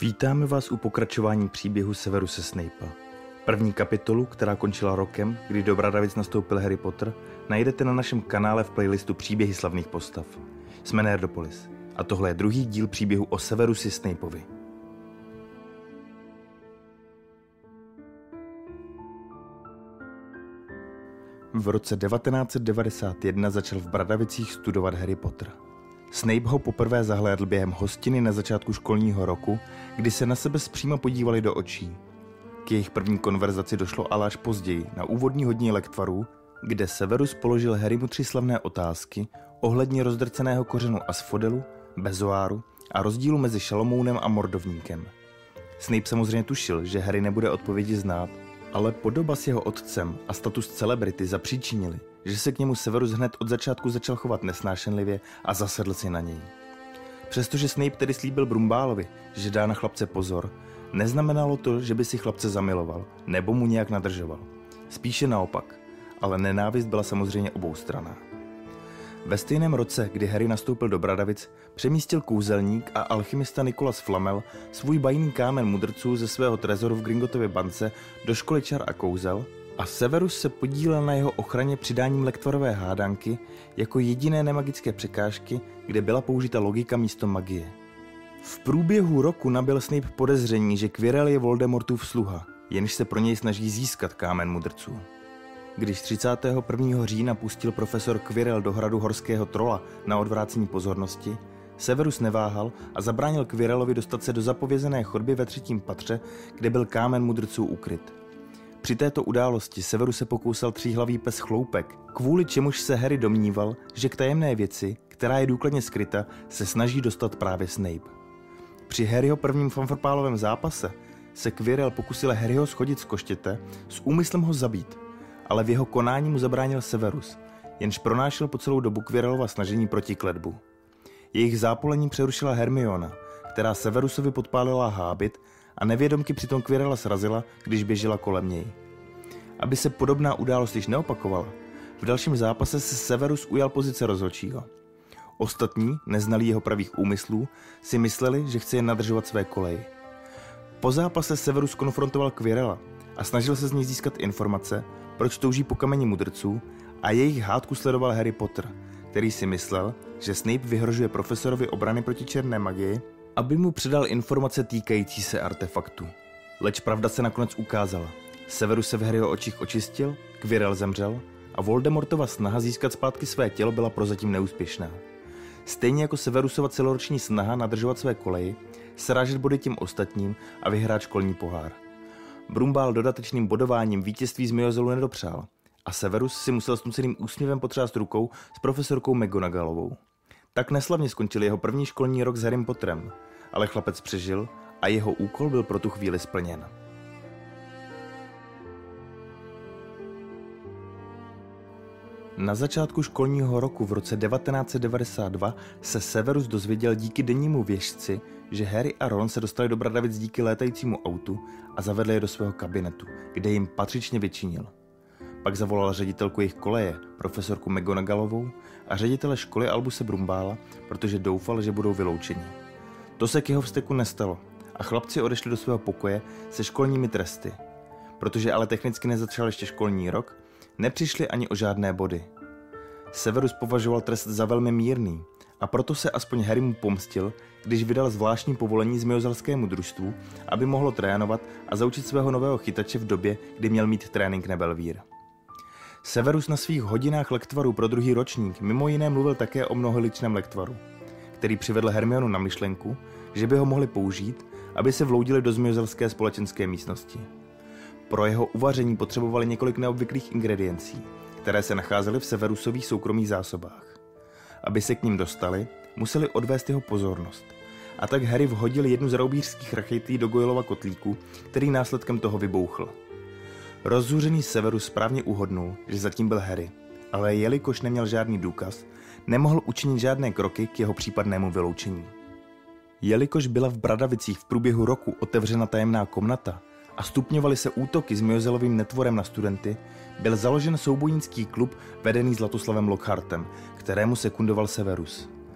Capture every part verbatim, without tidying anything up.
Vítáme vás u pokračování příběhu Severuse Snape'a. První kapitolu, která končila rokem, kdy do Bradavic nastoupil Harry Potter, najdete na našem kanále v playlistu Příběhy slavných postav. Jsme Nerdopolis a tohle je druhý díl příběhu o Severusi Snapeovi. V roce devatenáct set devadesát jedna začal v Bradavicích studovat Harry Potter. Snape ho poprvé zahlédl během hostiny na začátku školního roku, kdy se na sebe zpříma podívali do očí. K jejich první konverzaci došlo ale až později, na úvodní hodině lektvarů, kde Severus položil Harrymu tři slavné otázky ohledně rozdrceného kořenu Asphodelu, Bezoáru a rozdílu mezi Šalomounem a Mordovníkem. Snape samozřejmě tušil, že Harry nebude odpovědi znát, ale podoba s jeho otcem a status celebrity zapříčinili, že se k němu Severus hned od začátku začal chovat nesnášenlivě a zasedl si na něj. Přestože Snape tedy slíbil Brumbálovi, že dá na chlapce pozor, neznamenalo to, že by si chlapce zamiloval nebo mu nějak nadržoval. Spíše naopak, ale nenávist byla samozřejmě oboustranná. Ve stejném roce, kdy Harry nastoupil do Bradavic, přemístil kouzelník a alchymista Nicholas Flamel svůj bajný kámen mudrců ze svého trezoru v Gringottově bance do školy čar a kouzel a Severus se podílel na jeho ochraně přidáním lektvarové hádanky jako jediné nemagické překážky, kde byla použita logika místo magie. V průběhu roku nabyl Snape podezření, že Quirrell je Voldemortův sluha, jenž se pro něj snaží získat kámen mudrců. Když třicátého prvního října pustil profesor Quirrell do hradu Horského trola na odvrácení pozornosti, Severus neváhal a zabránil Quirrellovi dostat se do zapovězené chodby ve třetím patře, kde byl kámen mudrců ukryt. Při této události Severus se pokousal tříhlavý pes Chloupek, kvůli čemuž se Harry domníval, že k tajemné věci, která je důkladně skryta, se snaží dostat právě Snape. Při Harryho prvním fanfarpálovém zápase se Quirrell pokusil Harryho schodit z koštěte s úmyslem ho zabít, ale v jeho konání mu zabránil Severus, jenž pronášel po celou dobu Quirrellova snažení proti kletbu. Jejich zápolení přerušila Hermiona, která Severusovi podpálila hábit a nevědomky přitom Quirrella srazila, když běžela kolem něj. Aby se podobná událost již neopakovala, v dalším zápase se Severus ujal pozice rozhodčího. Ostatní, neznalí jeho pravých úmyslů, si mysleli, že chce jen nadržovat své koleji. Po zápase Severus konfrontoval Quirrella a snažil se z něj získat informace, proč touží po kameni mudrců, a jejich hádku sledoval Harry Potter, který si myslel, že Snape vyhrožuje profesorovi obrany proti černé magii, aby mu předal informace týkající se artefaktu. Leč pravda se nakonec ukázala. Severus se v Harryho očích očistil, Quirrell zemřel a Voldemortova snaha získat zpátky své tělo byla prozatím neúspěšná. Stejně jako Severusova celoroční snaha nadržovat své koleji, srážet body těm ostatním a vyhrát školní pohár. Brumbál dodatečným bodováním vítězství z Myozelu nedopřál a Severus si musel s nuceným úsměvem potřást rukou s profesorkou McGonagallovou. Tak neslavně skončil jeho první školní rok s Harrym Potterem, ale chlapec přežil a jeho úkol byl pro tu chvíli splněn. Na začátku školního roku v roce devatenáct set devadesát dva se Severus dozvěděl díky dennímu věštci, že Harry a Ron se dostali do Bradavic díky létajícímu autu a zavedli je do svého kabinetu, kde jim patřičně vyčinil. Pak zavolal ředitelku jejich koleje, profesorku McGonagallovou, a ředitele školy Albuse Brumbála, protože doufal, že budou vyloučeni. To se k jeho vzteku nestalo a chlapci odešli do svého pokoje se školními tresty. Protože ale technicky nezačal ještě školní rok, nepřišli ani o žádné body. Severus považoval trest za velmi mírný a proto se aspoň Harry mu pomstil, když vydal zvláštní povolení Zmiozelskému družstvu, aby mohlo trénovat a zaučit svého nového chytače v době, kdy měl mít trénink Nebelvír. Severus na svých hodinách lektvaru pro druhý ročník mimo jiné mluvil také o mnoholičném lektvaru, který přivedl Hermionu na myšlenku, že by ho mohli použít, aby se vloudili do Zmiozelské společenské místnosti. Pro jeho uvaření potřebovali několik neobvyklých ingrediencí, které se nacházely v Severusových soukromých zásobách. Aby se k ním dostali, museli odvést jeho pozornost. A tak Harry vhodil jednu z raubířských rachetí do Goylova kotlíku, který následkem toho vybouchl. Rozzuřený Severus správně uhodnul, že zatím byl Harry, ale jelikož neměl žádný důkaz, nemohl učinit žádné kroky k jeho případnému vyloučení. Jelikož byla v Bradavicích v průběhu roku otevřena tajemná komnata a stupňovaly se útoky s Myozelovým netvorem na studenty, byl založen soubojnický klub vedený Zlatoslavem Lockhartem, kterému sekundoval Severus.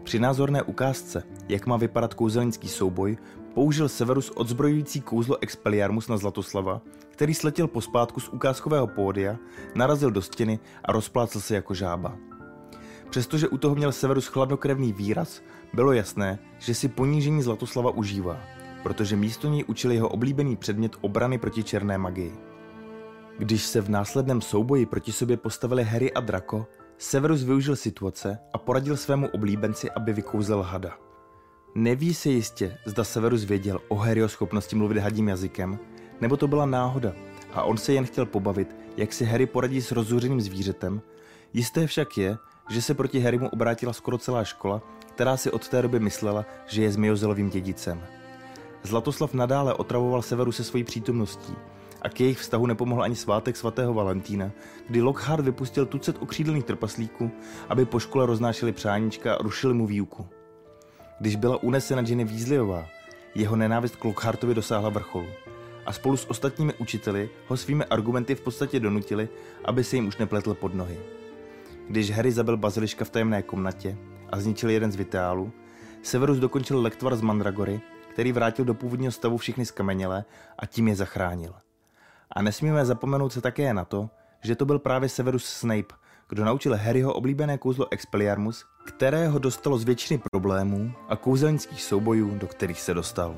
Při názorné ukázce, jak má vypadat kouzelnický souboj, použil Severus odzbrojující kouzlo Expelliarmus na Zlatoslava, který sletěl pospátku z ukázkového pódia, narazil do stěny a rozplácel se jako žába. Přestože u toho měl Severus chladnokrevný výraz, bylo jasné, že si ponížení Zlatoslava užívá, protože místo něj učil jeho oblíbený předmět obrany proti černé magii. Když se v následném souboji proti sobě postavili Harry a Draco, Severus využil situace a poradil svému oblíbenci, aby vykouzel hada. Neví se jistě, zda Severus věděl o Harryho schopnosti mluvit hadím jazykem, nebo to byla náhoda a on se jen chtěl pobavit, jak si Harry poradí s rozzuřeným zvířetem. Jisté však je, že se proti Harrymu obrátila skoro celá škola, která si od té doby myslela, že je Zmijozelovým dědicem. Zlatoslav nadále otravoval Severuse svojí přítomností a k jejich vztahu nepomohl ani svátek svatého Valentína, kdy Lockhart vypustil tucet okřídlených trpaslíků, aby po škole roznášeli přáníčka a rušili mu výuku. Když byla unesena Ginny Weasleyová, jeho nenávist k Lockhartovi dosáhla vrcholu a spolu s ostatními učiteli ho svými argumenty v podstatě donutili, aby se jim už nepletl pod nohy. Když Harry zabil baziliška v tajemné komnatě a zničil jeden z vitálu, Severus dokončil lektvar z Mandragory, který vrátil do původního stavu všechny skamenělé a tím je zachránil. A nesmíme zapomenout se také na to, že to byl právě Severus Snape, kdo naučil Harryho oblíbené kouzlo Expelliarmus, které ho dostalo z většiny problémů a kouzelnických soubojů, do kterých se dostal.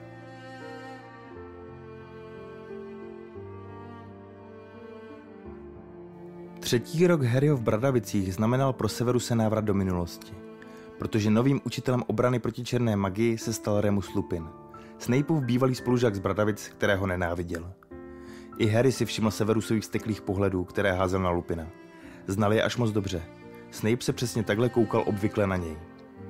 Třetí rok Harryho v Bradavicích znamenal pro Severuse návrat do minulosti, protože novým učitelem obrany proti černé magii se stal Remus Lupin, Snapeův bývalý spolužák z Bradavic, kterého nenáviděl. I Harry si všiml Severusových vzteklých pohledů, které házel na Lupina. Znal je až moc dobře. Snape se přesně takhle koukal obvykle na něj.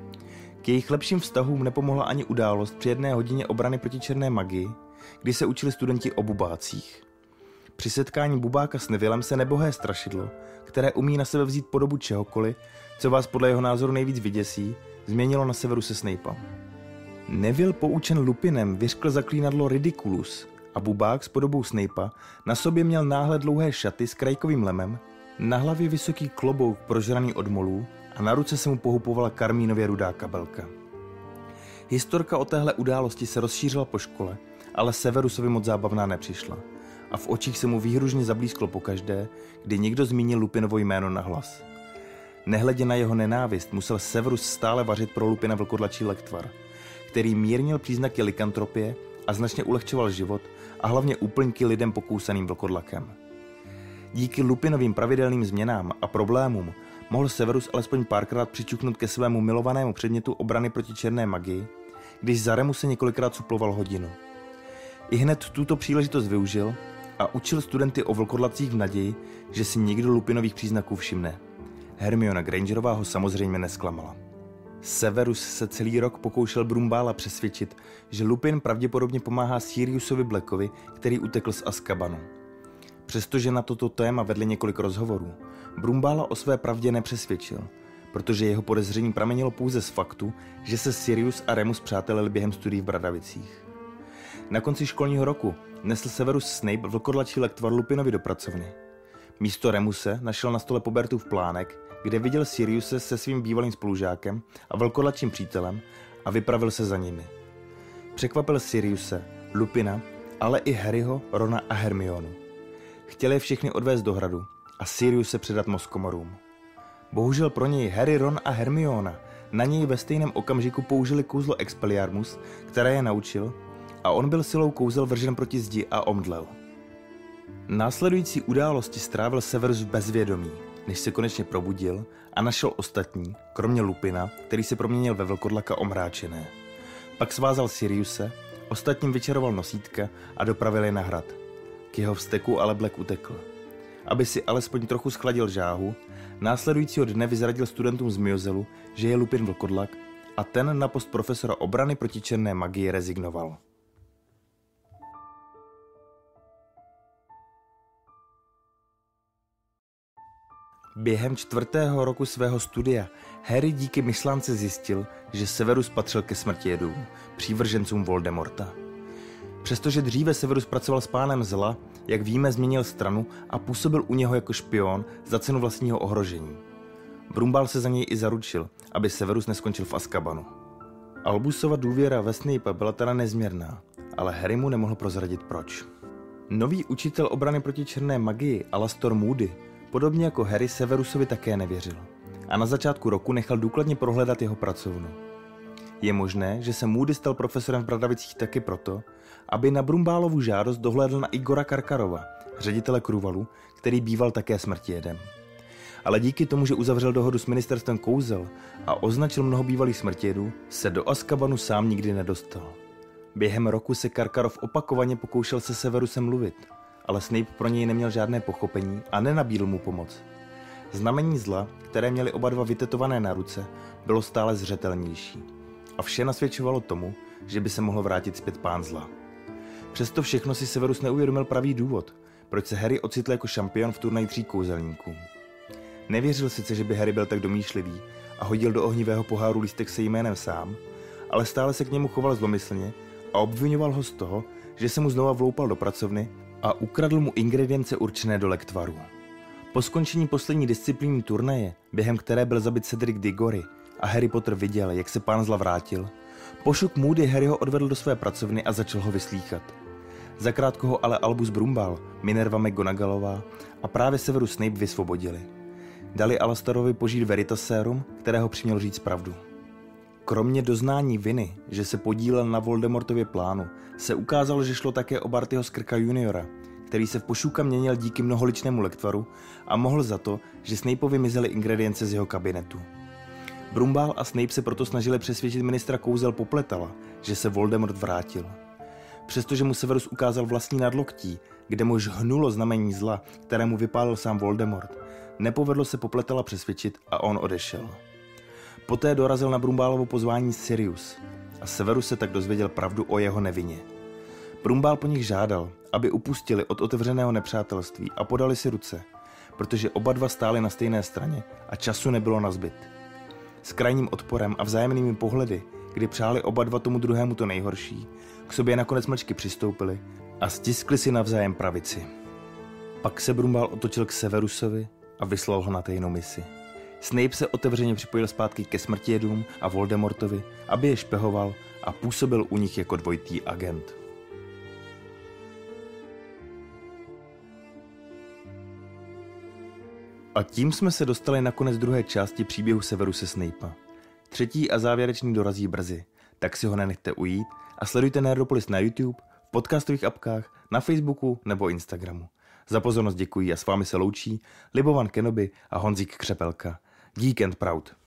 K jejich lepším vztahům nepomohla ani událost při jedné hodině obrany proti černé magii, kdy se učili studenti o bubácích. Při setkání bubáka s Nevillem se nebohé strašidlo, které umí na sebe vzít podobu čehokoliv, co vás podle jeho názoru nejvíc vyděsí, změnilo na Severuse Snapea. Neville poučen Lupinem vyřkl zaklínadlo Ridiculus a bubák s podobou Snapea na sobě měl náhle dlouhé šaty s krajkovým lemem, na hlavě vysoký klobouk prožraný od molů a na ruce se mu pohupovala karmínově rudá kabelka. Historka o téhle události se rozšířila po škole, ale Severusovi moc zábavná nepřišla a v očích se mu výhružně zablízklo pokaždé, kdy někdo zmínil Lupinovo jméno nahlas. Nehledě na jeho nenávist musel Severus stále vařit pro Lupina vlkodlačí lektvar, který mírnil příznaky likantropie a značně ulehčoval život a hlavně úplňky lidem pokousaným vlkodlakem. Díky Lupinovým pravidelným změnám a problémům mohl Severus alespoň párkrát přičuknout ke svému milovanému předmětu obrany proti černé magii, když za Remuse několikrát suploval hodinu. I hned tuto příležitost využil a učil studenty o vlkodlacích v naději, že si někdo Lupinových příznaků všimne. Hermiona Grangerová ho samozřejmě nesklamala. Severus se celý rok pokoušel Brumbála přesvědčit, že Lupin pravděpodobně pomáhá Siriusovi Blackovi, který utekl z Azkabanu. Přestože na toto téma vedli několik rozhovorů, Brumbála o své pravdě nepřesvědčil, protože jeho podezření pramenilo pouze z faktu, že se Sirius a Remus přátelili během studií v Bradavicích. Na konci školního roku nesl Severus Snape vlkodlačí lektvar Lupinovi do pracovny. Místo Remuse našel na stole Pobertův plánek, kde viděl Siriuse se svým bývalým spolužákem a vlkodlačím přítelem a vypravil se za nimi. Překvapil Siriuse, Lupina, ale i Harryho, Rona a Hermionu. Chtěli je všechny odvést do hradu a Siriuse předat mozkomorům. Bohužel pro něj Harry, Ron a Hermiona na něj ve stejném okamžiku použili kouzlo Expelliarmus, které je naučil, a on byl silou kouzel vržen proti zdi a omdlel. Následující události strávil Severus v bezvědomí, než se konečně probudil a našel ostatní, kromě Lupina, který se proměnil ve vlkodlaka omráčené. Pak svázal Siriuse, ostatním vyčaroval nosítka a dopravil je na hrad. K jeho vzteku ale Black utekl. Aby si alespoň trochu schladil žáhu, následujícího dne vyzradil studentům z Zmijozelu, že je Lupin vlkodlak, a ten na post profesora obrany proti černé magii rezignoval. Během čtvrtého roku svého studia Harry díky myšlance zjistil, že Severus patřil ke smrtijedům, přívržencům Voldemorta. Přestože dříve Severus pracoval s pánem zla, jak víme, změnil stranu a působil u něho jako špion za cenu vlastního ohrožení. Brumbál se za něj i zaručil, aby Severus neskončil v Azkabanu. Albusova důvěra ve Snape'a byla teda nezměrná, ale Harry mu nemohl prozradit proč. Nový učitel obrany proti černé magii Alastor Moody, podobně jako Harry, Severusovi také nevěřil a na začátku roku nechal důkladně prohledat jeho pracovnu. Je možné, že se Moody stal profesorem v Bradavicích taky proto, aby na Brumbálovu žádost dohlédl na Igora Karkarova, ředitele Kruvalu, který býval také smrtijedem. Ale díky tomu, že uzavřel dohodu s ministerstvem kouzel a označil mnoho bývalých smrtijedů, se do Azkabanu sám nikdy nedostal. Během roku se Karkarov opakovaně pokoušel se Severusem mluvit, ale Snape pro něj neměl žádné pochopení a nenabídl mu pomoc. Znamení zla, které měli oba dva vytetované na ruce, bylo stále zřetelnější. A vše nasvědčovalo tomu, že by se mohl vrátit zpět pán zla. Přesto všechno si Severus neuvědomil pravý důvod, proč se Harry ocitl jako šampion v turnaji tří kouzelníků. Nevěřil sice, že by Harry byl tak domýšlivý a hodil do ohnivého poháru lístek se jménem sám, ale stále se k němu choval zlomyslně a obvinoval ho z toho, že se mu znova vloupal do pracovny a ukradl mu ingredience určené do lektvaru. Po skončení poslední disciplíny turnaje, během které byl zabit Cedric Diggory a Harry Potter viděl, jak se pán zla vrátil, pošuk Moody Harryho odvedl do své pracovny a začal ho vyslýchat. Zakrátko ho ale Albus Brumbál, Minerva McGonagallová a právě Severus Snape vysvobodili. Dali Alastorovi požít Veritas Serum, kterého přiměl říct pravdu. Kromě doznání viny, že se podílel na Voldemortově plánu, se ukázalo, že šlo také o Bartyho Skrka juniora, který se v pošůka měnil díky mnoholičnému lektvaru a mohl za to, že Snapeovi mizely ingredience z jeho kabinetu. Brumbál a Snape se proto snažili přesvědčit ministra kouzel Popletala, že se Voldemort vrátil. Přestože mu Severus ukázal vlastní nadloktí, kde mu hnulo znamení zla, kterému vypálil sám Voldemort, nepovedlo se Popletala přesvědčit a on odešel. Poté dorazil na Brumbálovo pozvání Sirius a Severus se tak dozvěděl pravdu o jeho nevině. Brumbál po nich žádal, aby upustili od otevřeného nepřátelství a podali si ruce, protože oba dva stáli na stejné straně a času nebylo nazbyt. S krajním odporem a vzájemnými pohledy, kdy přáli oba dva tomu druhému to nejhorší, k sobě nakonec mlčky přistoupili a stiskli si navzájem pravici. Pak se Brumbál otočil k Severusovi a vyslal ho na tajnou misi. Snape se otevřeně připojil zpátky ke smrtijedům a Voldemortovi, aby je špehoval a působil u nich jako dvojitý agent. A tím jsme se dostali na konec druhé části příběhu Severuse Snape'a. Třetí a závěrečný dorazí brzy, tak si ho nenechte ujít a sledujte Nerdopolis na YouTube, v podcastových apkách, na Facebooku nebo Instagramu. Za pozornost děkuji a s vámi se loučí Libovan Kenobi a Honzík Křepelka. Geek and Proud.